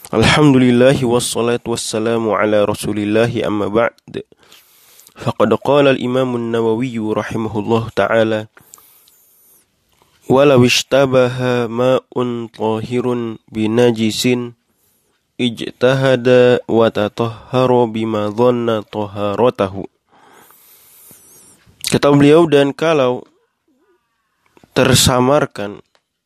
Alhamdulillahi wassalatu wassalamu ala rasulillahi amma ba'd. Faqad qala al-Imam an-Nawawi rahimahullah ta'ala, walau ishtabaha ma'un tahirun binajisin ijtahada wa tatahhara bima dhanna taharatahu. Kata beliau, dan kalau tersamarkan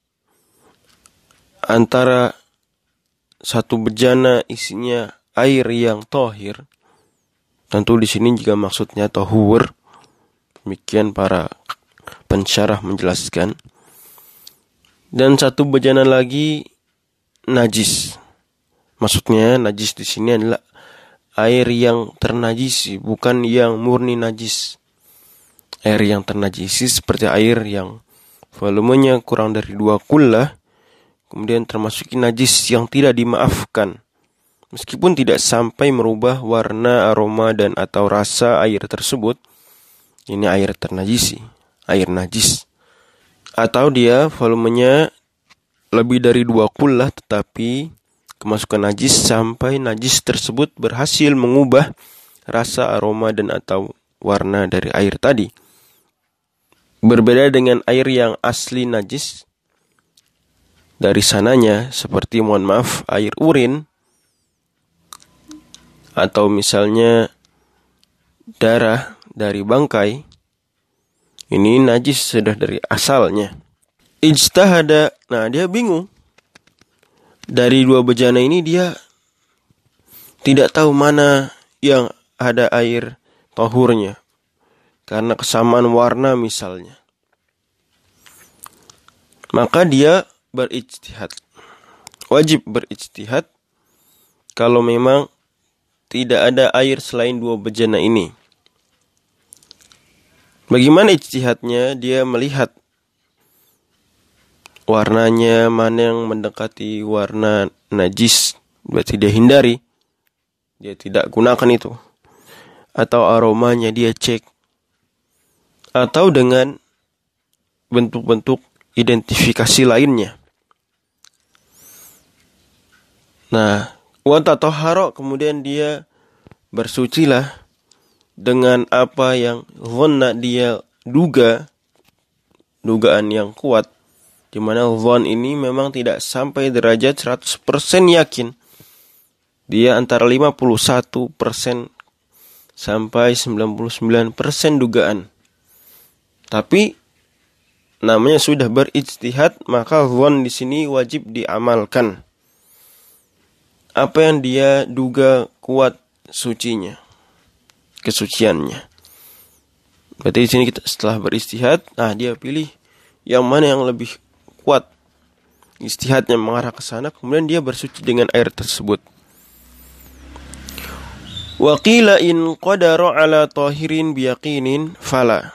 antara satu bejana isinya air yang tahir, tentu di sini juga maksudnya tahur, demikian para pensyarah menjelaskan, dan satu bejana lagi najis. Maksudnya najis di sini adalah air yang ternajisi, bukan yang murni najis. Air yang ternajisi seperti air yang volumenya kurang dari 2 kullah, kemudian termasuki najis yang tidak dimaafkan, meskipun tidak sampai merubah warna, aroma, dan atau rasa air tersebut. Ini air ternajisi, air najis. Atau dia volumenya lebih dari 2 kullah, tetapi kemasukan najis sampai najis tersebut berhasil mengubah rasa, aroma, dan atau warna dari air tadi. Berbeda dengan air yang asli najis dari sananya, seperti air urin, atau misalnya darah dari bangkai. Ini najis sudah dari asalnya. Ijtahada, dia bingung. Dari 2 bejana ini dia tidak tahu mana yang ada air tahurnya, karena kesamaan warna misalnya. Maka dia berijtihad. Wajib berijtihad kalau memang tidak ada air selain 2 bejana ini. Bagaimana ijtihadnya? Dia melihat warnanya mana yang mendekati warna najis, berarti dia hindari, dia tidak gunakan itu. Atau aromanya dia cek, atau dengan bentuk-bentuk identifikasi lainnya. Wa tatahhara, kemudian dia bersucilah dengan apa yang dhanna, dia dugaan yang kuat, di mana dhann ini memang tidak sampai derajat 100% yakin. Dia antara 51% sampai 99% dugaan. Tapi namanya sudah berijtihad, maka dhann di sini wajib diamalkan. Apa yang dia duga kuat sucinya, kesuciannya. Berarti di sini kita setelah beristihad, dia pilih yang mana yang lebih kuat, istihadnya mengarah ke sana, kemudian dia bersuci dengan air tersebut. Wa qila in qadara ala tahirin biyaqinin fala.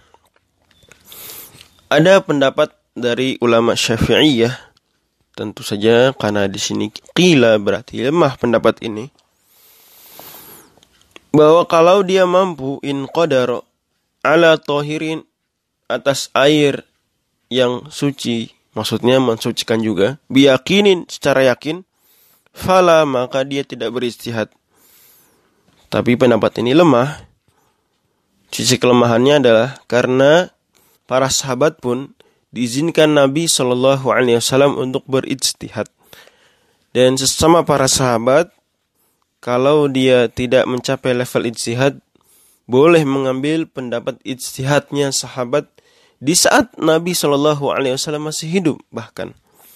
Ada pendapat dari ulama Syafi'iyah, tentu saja karena di sini qila berarti lemah pendapat ini, bahwa kalau dia mampu in qadara ala tahirin, atas air yang suci, maksudnya mensucikan juga, biyaqinin secara yakin, fala, maka dia tidak beristihad. Tapi pendapat ini lemah. Sisi kelemahannya adalah karena para sahabat pun diizinkan Nabi SAW untuk berijtihad. Dan sesama para sahabat, kalau dia tidak mencapai level ijtihad, boleh mengambil pendapat ijtihadnya sahabat di saat Nabi SAW masih hidup. Bahkan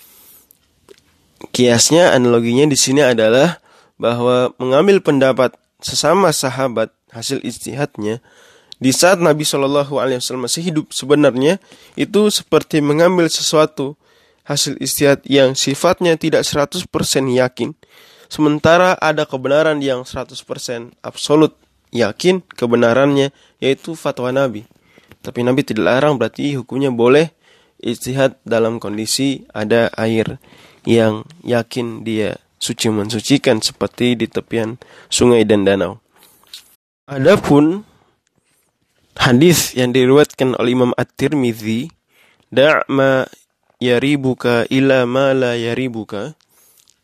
kiasnya, analoginya di sini adalah bahwa mengambil pendapat sesama sahabat hasil ijtihadnya di saat Nabi SAW masih hidup, sebenarnya itu seperti mengambil sesuatu hasil ijtihad yang sifatnya tidak 100% yakin, sementara ada kebenaran yang 100% absolut yakin kebenarannya, yaitu fatwa Nabi. Tapi Nabi tidak larang, berarti hukumnya boleh ijtihad dalam kondisi ada air yang yakin dia suci mensucikan, seperti di tepian sungai dan danau. Adapun hadis yang diriwayatkan oleh Imam At-Tirmidzi, da' ma yaribuka ila ma la yaribuka,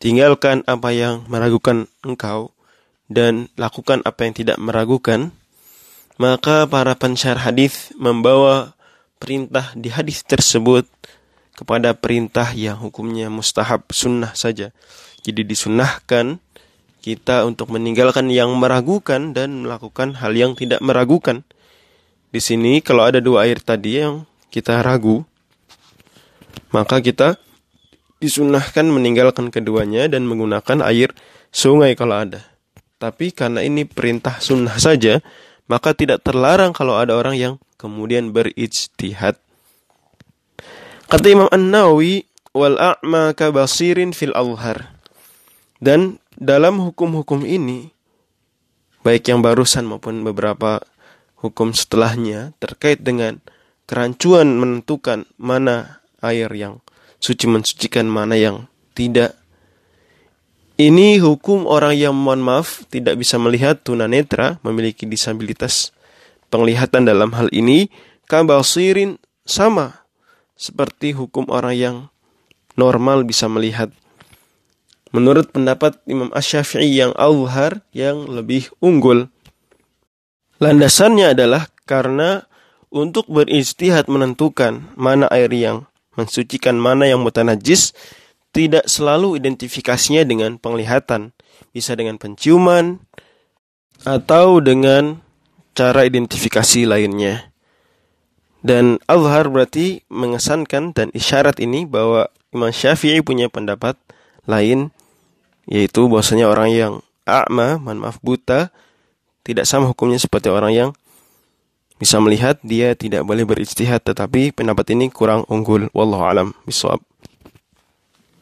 tinggalkan apa yang meragukan engkau dan lakukan apa yang tidak meragukan, maka para pensyarah hadis membawa perintah di hadis tersebut kepada perintah yang hukumnya mustahab, sunnah saja. Jadi disunnahkan kita untuk meninggalkan yang meragukan dan melakukan hal yang tidak meragukan. Di sini kalau ada dua air tadi yang kita ragu, maka kita disunnahkan meninggalkan keduanya dan menggunakan air sungai kalau ada. Tapi karena ini perintah sunnah saja, maka tidak terlarang kalau ada orang yang kemudian berijtihad. Kata Imam An-Nawawi, wal a'ma kabasirin fil azhar. Dan dalam hukum-hukum ini, baik yang barusan maupun beberapa hukum setelahnya terkait dengan kerancuan menentukan mana air yang suci mensucikan, mana yang tidak. Ini hukum orang yang, mohon maaf, tidak bisa melihat, tunanetra, memiliki disabilitas penglihatan dalam hal ini, kabasirin, sama seperti hukum orang yang normal bisa melihat. Menurut pendapat Imam Asy-Syafi'i yang azhar, yang lebih unggul. Landasannya adalah karena untuk berijtihad menentukan mana air yang mensucikan, mana yang mutanajis, tidak selalu identifikasinya dengan penglihatan. Bisa dengan penciuman atau dengan cara identifikasi lainnya. Dan azhar berarti mengesankan dan isyarat ini bahwa Imam Syafi'i punya pendapat lain, yaitu bahwasanya orang yang a'ma, buta, tidak sama hukumnya seperti orang yang bisa melihat, dia tidak boleh berijtihad. Tetapi pendapat ini kurang unggul. Wallahu a'lam bishawab.